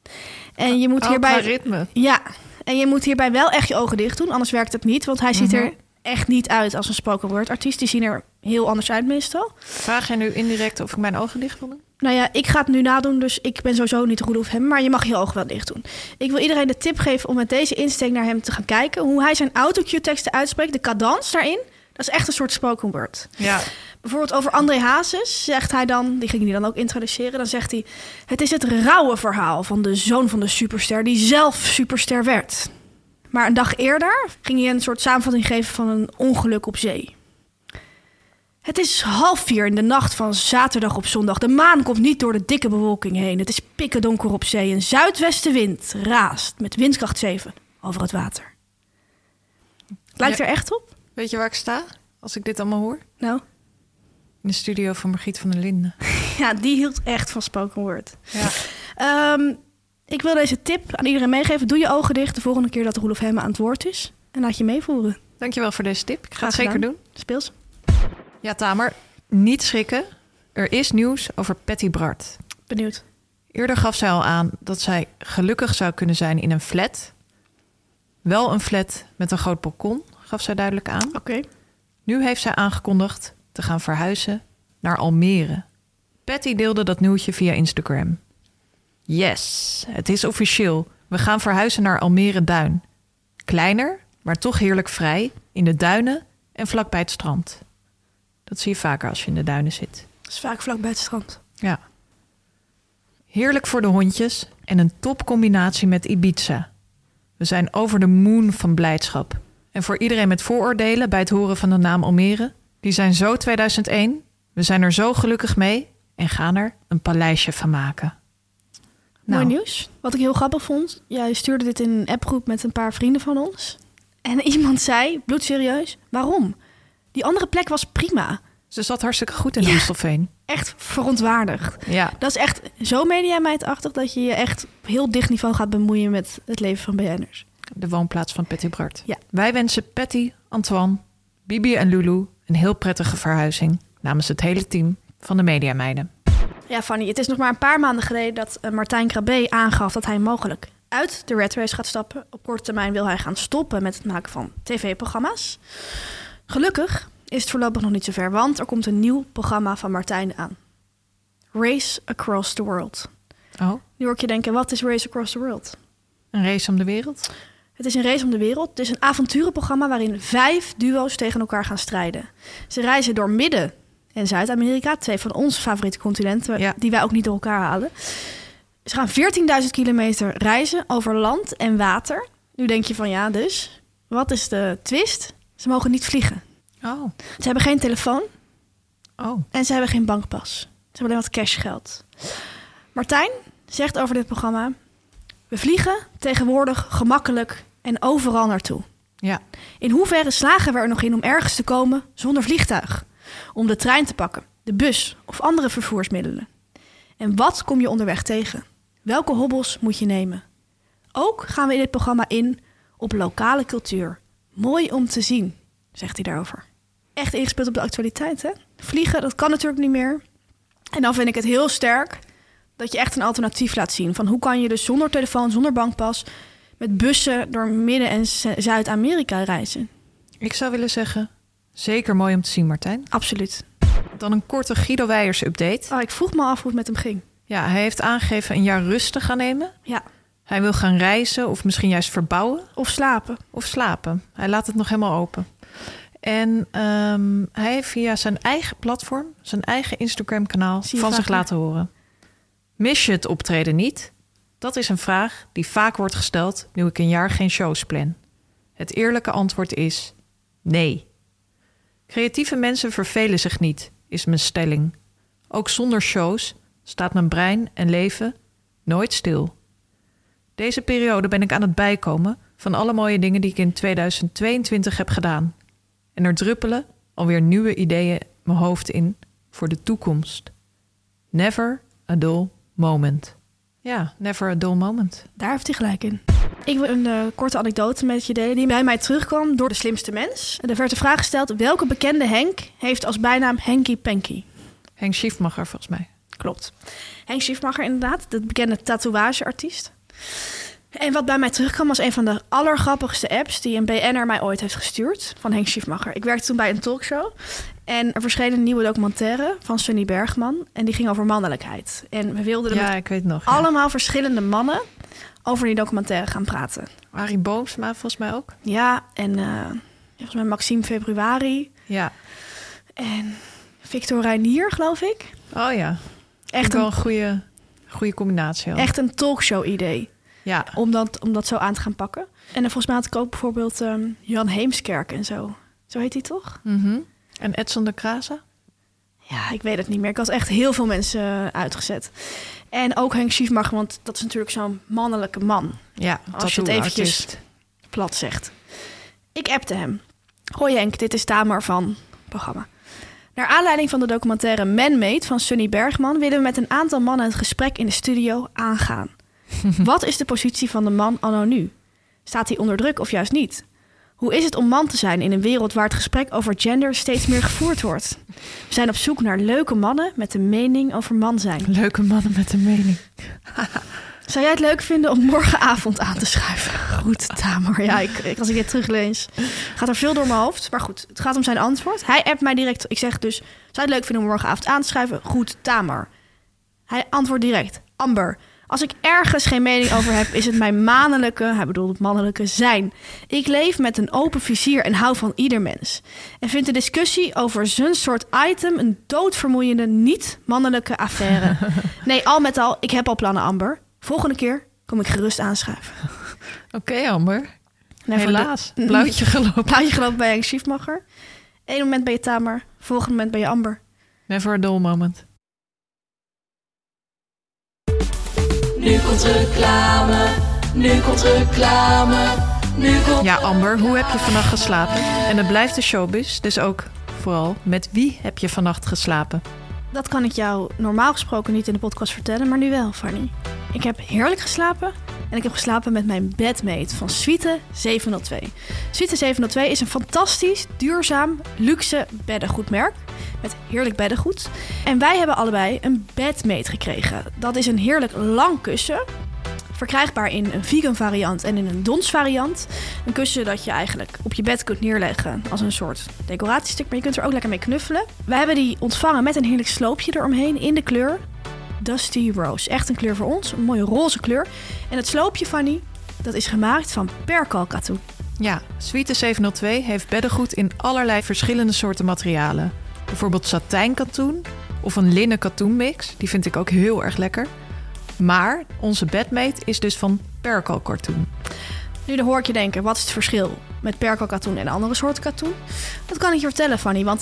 En je moet oh, hierbij... ritme. Ja. En je moet hierbij wel echt je ogen dicht doen, anders werkt het niet. Want hij ziet mm-hmm. er echt niet uit als een spoken word artiest. Die zien er heel anders uit meestal. Vraag jij nu indirect of ik mijn ogen dicht wil doen? Nou ja, ik ga het nu nadoen, dus ik ben sowieso niet Roelof Hemmen, maar je mag je ogen wel dicht doen. Ik wil iedereen de tip geven om met deze insteek naar hem te gaan kijken. Hoe hij zijn autocue-teksten uitspreekt, de cadans daarin, dat is echt een soort spoken word. Ja. Bijvoorbeeld over André Hazes zegt hij dan, die ging hij dan ook introduceren, dan zegt hij: het is het rauwe verhaal van de zoon van de superster die zelf superster werd. Maar een dag eerder ging hij een soort samenvatting geven van een ongeluk op zee. Het is half vier in de nacht van zaterdag op zondag. De maan komt niet door de dikke bewolking heen. Het is pikken donker op zee. Een zuidwestenwind raast met windkracht zeven over het water. Lijkt Ja. er echt op? Weet je waar ik sta als ik dit allemaal hoor? Nou, In de studio van Margriet van der Linden. ja, die hield echt van spoken word. Ja. Um, ik wil deze tip aan iedereen meegeven. Doe je ogen dicht de volgende keer dat Roelof Hemmen aan het woord is. En laat je meevoeren. Dankjewel voor deze tip. Ik ga Graag het zeker gedaan. doen. Speels. Ja, Tamer, niet schrikken. Er is nieuws over Patty Bart. Benieuwd. Eerder gaf zij al aan dat zij gelukkig zou kunnen zijn in een flat. Wel een flat met een groot balkon, gaf zij duidelijk aan. Oké. Okay. Nu heeft zij aangekondigd te gaan verhuizen naar Almere. Patty deelde dat nieuwtje via Instagram. Yes, het is officieel. We gaan verhuizen naar Almere Duin. Kleiner, maar toch heerlijk vrij, in de duinen en vlakbij het strand. Dat zie je vaker als je in de duinen zit. Dat is vaak vlak bij het strand. Ja. Heerlijk voor de hondjes en een topcombinatie met Ibiza. We zijn over de moon van blijdschap. En voor iedereen met vooroordelen bij het horen van de naam Almere, die zijn zo tweeduizend één. We zijn er zo gelukkig mee en gaan er een paleisje van maken. Mooi Nou, nieuws. Wat ik heel grappig vond, jij stuurde dit in een appgroep met een paar vrienden van ons. En iemand zei, bloedserieus, waarom? Die andere plek was prima. ze zat hartstikke goed in Ja. Amstelveen. Echt verontwaardigd. Ja, Dat is echt zo mediameidachtig dat je je echt op heel dicht niveau gaat bemoeien met het leven van B N'ers. de woonplaats van Patty Bart. Ja. Wij wensen Patty, Antoine, Bibi en Lulu een heel prettige verhuizing namens het hele team van de Mediameiden. Ja, Fanny, het is nog maar een paar maanden geleden dat uh, Martijn Krabbe aangaf dat hij mogelijk uit de Red Race gaat stappen. Op korte termijn wil hij gaan stoppen met het maken van tv-programma's. Gelukkig is het voorlopig nog niet zover, want er komt een nieuw programma van Martijn aan. Race Across the World. Oh, Nu hoor ik je denken, wat is Race Across the World? een race om de wereld? Het is een race om de wereld. Het is een avonturenprogramma waarin vijf duo's tegen elkaar gaan strijden. Ze reizen door Midden- en Zuid-Amerika, twee van onze favoriete continenten, Ja. die wij ook niet door elkaar halen. Ze gaan veertienduizend kilometer reizen over land en water. Nu denk je van ja, dus wat is de twist? Ze mogen niet vliegen. Oh, Ze hebben geen telefoon oh. en ze hebben geen bankpas. Ze hebben alleen wat cashgeld. Martijn zegt over dit programma: we vliegen tegenwoordig gemakkelijk en overal naartoe. Ja, In hoeverre slagen we er nog in om ergens te komen zonder vliegtuig? Om de trein te pakken, de bus of andere vervoersmiddelen? En wat kom je onderweg tegen? Welke hobbels moet je nemen? Ook gaan we in dit programma in op lokale cultuur. Mooi om te zien, zegt hij daarover. Echt ingespeeld op de actualiteit, hè? Vliegen, dat kan natuurlijk niet meer. En dan vind ik het heel sterk dat je echt een alternatief laat zien. Van hoe kan je dus zonder telefoon, zonder bankpas, met bussen door Midden- en Z- Zuid-Amerika reizen? ik zou willen zeggen, zeker mooi om te zien, Martijn. Absoluut. Dan een korte Guido Weijers update. Oh, ik vroeg me af hoe het met hem ging. Ja, hij heeft aangegeven een jaar rust te gaan nemen. Ja, Hij wil gaan reizen of misschien juist verbouwen of slapen. of slapen. Hij laat het nog helemaal open. En ehm, hij heeft via zijn eigen platform, zijn eigen Instagram-kanaal Zie je van zich vaker. laten horen. Mis je het optreden niet? Dat is een vraag die vaak wordt gesteld nu ik een jaar geen shows plan. Het eerlijke antwoord is nee. Creatieve mensen vervelen zich niet, is mijn stelling. Ook zonder shows staat mijn brein en leven nooit stil. Deze periode ben ik aan het bijkomen van alle mooie dingen die ik in tweeduizend tweeëntwintig heb gedaan. En er druppelen alweer nieuwe ideeën mijn hoofd in voor de toekomst. Never a dull moment. Ja, never a dull moment. Daar heeft hij gelijk in. Ik wil een uh, korte anekdote met je delen die bij mij terugkwam door De Slimste Mens. Er werd de vraag gesteld: welke bekende Henk heeft als bijnaam Henky Panky? Henk Schiefmacher volgens mij. Klopt. Henk Schiefmacher inderdaad, de bekende tatoeageartiest. En wat bij mij terugkwam was een van de allergrappigste apps die een B N'er mij ooit heeft gestuurd. Van Henk Schiefmacher. Ik werkte toen bij een talkshow. En er verscheen een nieuwe documentaire van Sunny Bergman. En die ging over mannelijkheid. En we wilden er Ja, met ik weet nog. Ja. allemaal verschillende mannen over die documentaire gaan praten. Arie Boomsma volgens mij ook. Ja, en uh, volgens mij Maxime Februari. Ja. En Victor Reinier, geloof ik. Oh ja. Echt wel een, een goede, goede combinatie. Al. echt een talkshow-idee. Ja. Om dat, om dat zo aan te gaan pakken. En dan volgens mij had ik ook bijvoorbeeld um, Jan Heemskerk en zo. Zo heet hij toch? Mm-hmm. En Edson de Kraza? Ja, ik weet het niet meer. Ik had echt heel veel mensen uh, uitgezet. En ook Henk Schiefmacher, want dat is natuurlijk zo'n mannelijke man. Ja, als je het eventjes plat zegt. Ik appte hem. Hoi Henk, dit is Tamar van het programma. Naar aanleiding van de documentaire Man-Made van Sunny Bergman willen we met een aantal mannen het gesprek in de studio aangaan. Wat is de positie van de man anno nu? Staat hij onder druk of juist niet? Hoe is het om man te zijn in een wereld waar het gesprek over gender steeds meer gevoerd wordt? We zijn op zoek naar leuke mannen met een mening over man zijn. Leuke mannen met een mening. Zou jij het leuk vinden om morgenavond aan te schuiven? Goed, Tamar. Ja, ik, ik, als ik dit teruglees, gaat er veel door mijn hoofd. Maar goed, het gaat om zijn antwoord. Hij appt mij direct. Ik zeg dus, zou je het leuk vinden om morgenavond aan te schuiven? Goed, Tamar. Hij antwoordt direct. Amber, als ik ergens geen mening over heb, is het mijn manelijke, hij bedoelt het mannelijke zijn. Ik leef met een open vizier en hou van ieder mens. En vind de discussie over zo'n soort item een doodvermoeiende, niet-mannelijke affaire. Nee, al met al, ik heb al plannen, Amber. Volgende keer kom ik gerust aanschuiven. Oké, okay, Amber. Nee, helaas. De... Blauwtje gelopen. Blauwtje gelopen bij Henk Schiefmacher. Eén moment ben je Tamar, volgende moment ben je Amber. Never a dull moment. Nu komt reclame, nu komt reclame, nu komt... Ja, Amber, hoe heb je vannacht geslapen? En het blijft de showbiz, dus ook vooral met wie heb je vannacht geslapen? Dat kan ik jou normaal gesproken niet in de podcast vertellen, maar nu wel, Fanny. Ik heb heerlijk geslapen en ik heb geslapen met mijn bedmate van Suite zevenhonderdtwee. Suite zevenhonderdtwee is een fantastisch, duurzaam, luxe beddengoedmerk met heerlijk beddengoed. En wij hebben allebei een bedmate gekregen. Dat is een heerlijk lang kussen, verkrijgbaar in een vegan variant en in een dons variant. Een kussen dat je eigenlijk op je bed kunt neerleggen als een soort decoratiestuk, maar je kunt er ook lekker mee knuffelen. We hebben die ontvangen met een heerlijk sloopje eromheen in de kleur Dusty Rose. Echt een kleur voor ons, een mooie roze kleur. En het sloopje, Fanny, dat is gemaakt van perkalkatoen. Ja, Suite zevenhonderdtwee heeft beddengoed in allerlei verschillende soorten materialen. Bijvoorbeeld satijnkatoen of een linnen katoenmix. Die vind ik ook heel erg lekker. Maar onze bedmate is dus van perkalkatoen. Nu dan hoor ik je denken, wat is het verschil met perkalkatoen en andere soorten katoen? Dat kan ik je vertellen, Fanny, want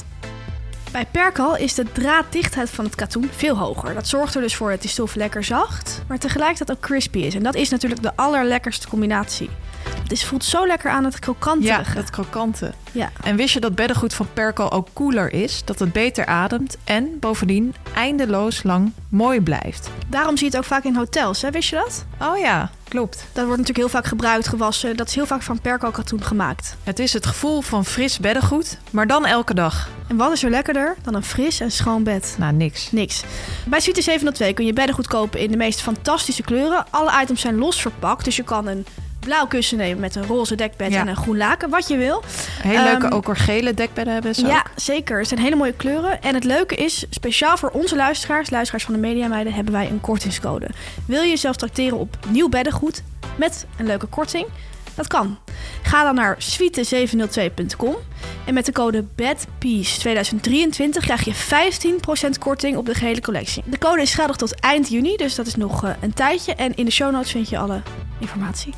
bij perkal is de draaddichtheid van het katoen veel hoger. Dat zorgt er dus voor dat die stof lekker zacht, maar tegelijkertijd ook crispy is. En dat is natuurlijk de allerlekkerste combinatie. Het is, voelt zo lekker aan het krokante. Ja, het krokante. Ja. En wist je dat beddengoed van perkal ook koeler is? Dat het beter ademt en bovendien eindeloos lang mooi blijft. Daarom zie je het ook vaak in hotels, hè? Wist je dat? Oh ja, klopt. Dat wordt natuurlijk heel vaak gebruikt, gewassen. Dat is heel vaak van perkalkatoen gemaakt. Het is het gevoel van fris beddengoed, maar dan elke dag. En wat is er lekkerder dan een fris en schoon bed? Nou, niks. Niks. Bij Suite zevenhonderdtwee kun je beddengoed kopen in de meest fantastische kleuren. Alle items zijn los verpakt, dus je kan een blauw kussen nemen met een roze dekbed ja. en een groen laken, wat je wil. Heel leuke um, ook gele dekbedden hebben ze Ja, ook. zeker. Het zijn hele mooie kleuren. En het leuke is, speciaal voor onze luisteraars, luisteraars van de Mediameiden, hebben wij een kortingscode. Wil je jezelf tracteren op nieuw beddengoed met een leuke korting? Dat kan. Ga dan naar suite zevenhonderdtwee punt com en met de code BEDPIECE tweeduizend drieëntwintig krijg je vijftien procent korting op de gehele collectie. De code is geldig tot eind juni, dus dat is nog uh, een tijdje. En in de show notes vind je alle informatie.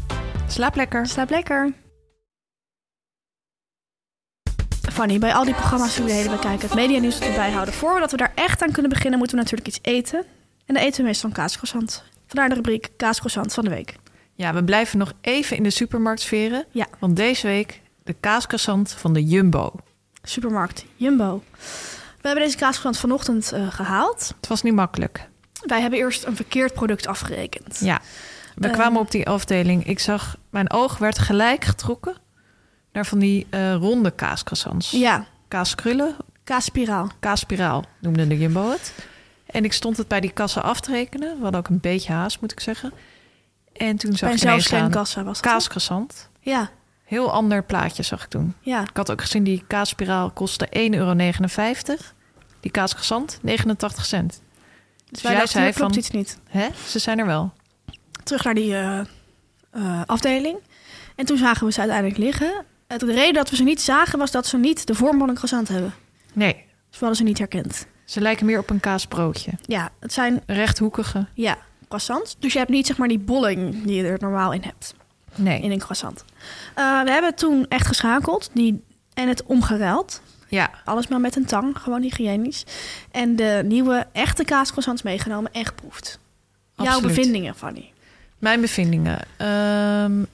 Slaap lekker. Slaap lekker. Fanny, bij al die programma's die we de hele bekijken, het medianieuws dat we bijhouden. Voordat we daar echt aan kunnen beginnen, moeten we natuurlijk iets eten. En dan eten we meestal een kaascroissant. Vandaar de rubriek kaascroissant van de week. Ja, we blijven nog even in de supermarktsferen. Ja. Want deze week de kaascroissant van de Jumbo. Supermarkt Jumbo. We hebben deze kaascroissant vanochtend uh, gehaald. Het was niet makkelijk. Wij hebben eerst een verkeerd product afgerekend. Ja. We uh, kwamen op die afdeling. Ik zag, mijn oog werd gelijk getrokken naar van die uh, ronde kaascroissants. Ja. Kaaskrullen. Kaasspiraal. Kaasspiraal noemde de Jumbo het. En ik stond het bij die kassa af te rekenen. We hadden ook een beetje haast, moet ik zeggen. En toen zag Bij een ik ineens aan zelfscankassa was het. kaascroissant. Ja, Heel ander plaatje zag ik toen. ja. Ik had ook gezien die kaasspiraal kostte één euro negenenvijftig. Die kaascroissant negenentachtig cent. Dus Wij jij dachten, zei er klopt van, iets niet. hè, ze zijn er wel. Terug naar die uh, uh, afdeling. En toen zagen we ze uiteindelijk liggen. Uh, de reden dat we ze niet zagen was dat ze niet de vorm van een croissant hebben. Nee, Dus we hadden ze niet herkend. ze lijken meer op een kaasbroodje. Ja, het zijn Rechthoekige. ja, croissants. Dus je hebt niet zeg maar die bolling die je er normaal in hebt. Nee. In een croissant. Uh, we hebben toen echt geschakeld die, en het omgeruild. Ja, Alles maar met een tang, gewoon hygiënisch. En de nieuwe echte kaascroissants meegenomen en geproefd. Jouw Absoluut. bevindingen, Fanny? mijn bevindingen. Ehm,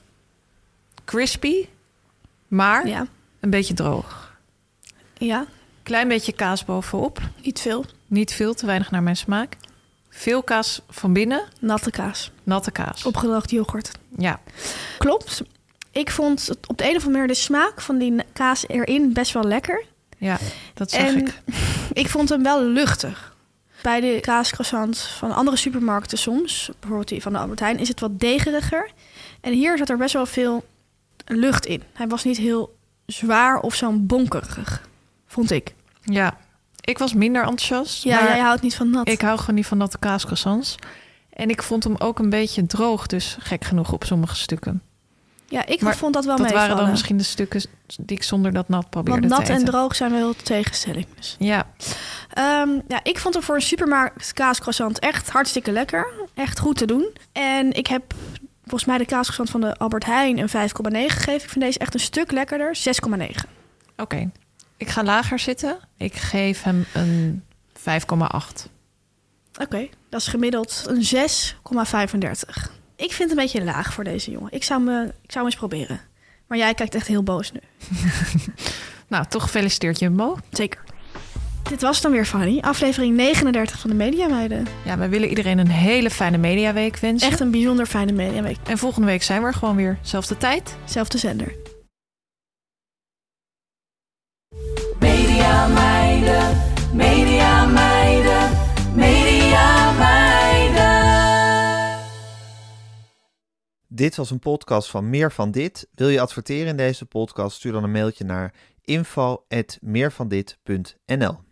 crispy, maar Ja, een beetje droog. ja, Klein beetje kaas bovenop. niet veel. Niet veel, te weinig naar mijn smaak. Veel kaas van binnen, Natte kaas. natte kaas. Opgedroogd yoghurt. Ja, Klopt. Ik vond het op de een of andere manier de smaak van die kaas erin best wel lekker. ja, dat zag En ik. ik vond hem wel luchtig. Bij de kaascroissant van andere supermarkten soms, bijvoorbeeld die van de Albert Heijn, is het wat degeriger. En hier zat er best wel veel lucht in. Hij was niet heel zwaar of zo'n bonkerig, vond ik. Ja, ik was minder enthousiast. Ja, maar jij houdt niet van nat. ik hou gewoon niet van natte kaascroissants. En ik vond hem ook een beetje droog, dus gek genoeg op sommige stukken. ja, ik Maar vond dat wel Dat meevallen. waren dan misschien de stukken die ik zonder dat nat probeerde Want nat te en eten. droog zijn wel tegenstelling. Dus. Ja, Ehm, ja, ik vond hem voor een supermarkt kaascroissant echt hartstikke lekker. Echt goed te doen. En ik heb volgens mij de kaascroissant van de Albert Heijn een vijf komma negen gegeven. Ik vind deze echt een stuk lekkerder, zes komma negen. oké. Ik ga lager zitten. Ik geef hem een vijf komma acht. Oké, dat is gemiddeld een zes komma vijfendertig. Ik vind het een beetje laag voor deze jongen. Ik zou, me, ik zou hem eens proberen. Maar jij kijkt echt heel boos nu. Nou, toch gefeliciteerd Jumbo. Zeker. Dit was dan weer Fanny, aflevering negenendertig van de Mediameiden. Ja, wij willen iedereen een hele fijne mediaweek wensen. Echt een bijzonder fijne Mediaweek. En volgende week zijn we er gewoon weer. Zelfde tijd. Zelfde zender. Media meiden, media meiden, media meiden. Dit was een podcast van Meer van Dit. Wil je adverteren in deze podcast? Stuur dan een mailtje naar info at meervandit punt n l.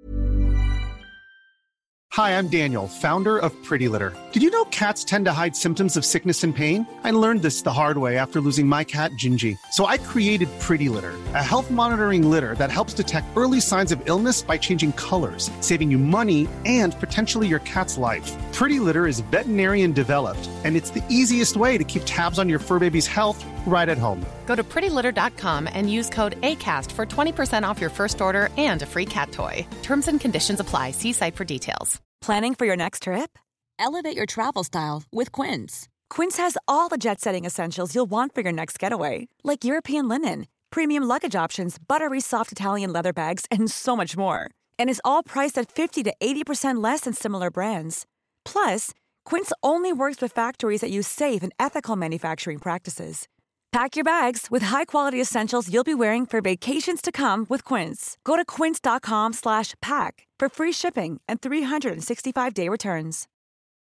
Hi, I'm Daniel, founder of Pretty Litter. Did you know cats tend to hide symptoms of sickness and pain? I learned this the hard way after losing my cat, Gingy. So I created Pretty Litter, a health monitoring litter that helps detect early signs of illness by changing colors, saving you money and potentially your cat's life. Pretty Litter is veterinarian developed, and it's the easiest way to keep tabs on your fur baby's health right at home. Go to pretty litter dot com and use code ACAST for twenty percent off your first order and a free cat toy. Terms and conditions apply. See site for details. Planning for your next trip? Elevate your travel style with Quince. Quince has all the jet-setting essentials you'll want for your next getaway, like European linen, premium luggage options, buttery soft Italian leather bags, and so much more. And is all priced at fifty to eighty percent less than similar brands. Plus, Quince only works with factories that use safe and ethical manufacturing practices. Pack your bags with high-quality essentials you'll be wearing for vacations to come with Quince. Go to quince dot com slash pack for free shipping and three sixty-five day returns.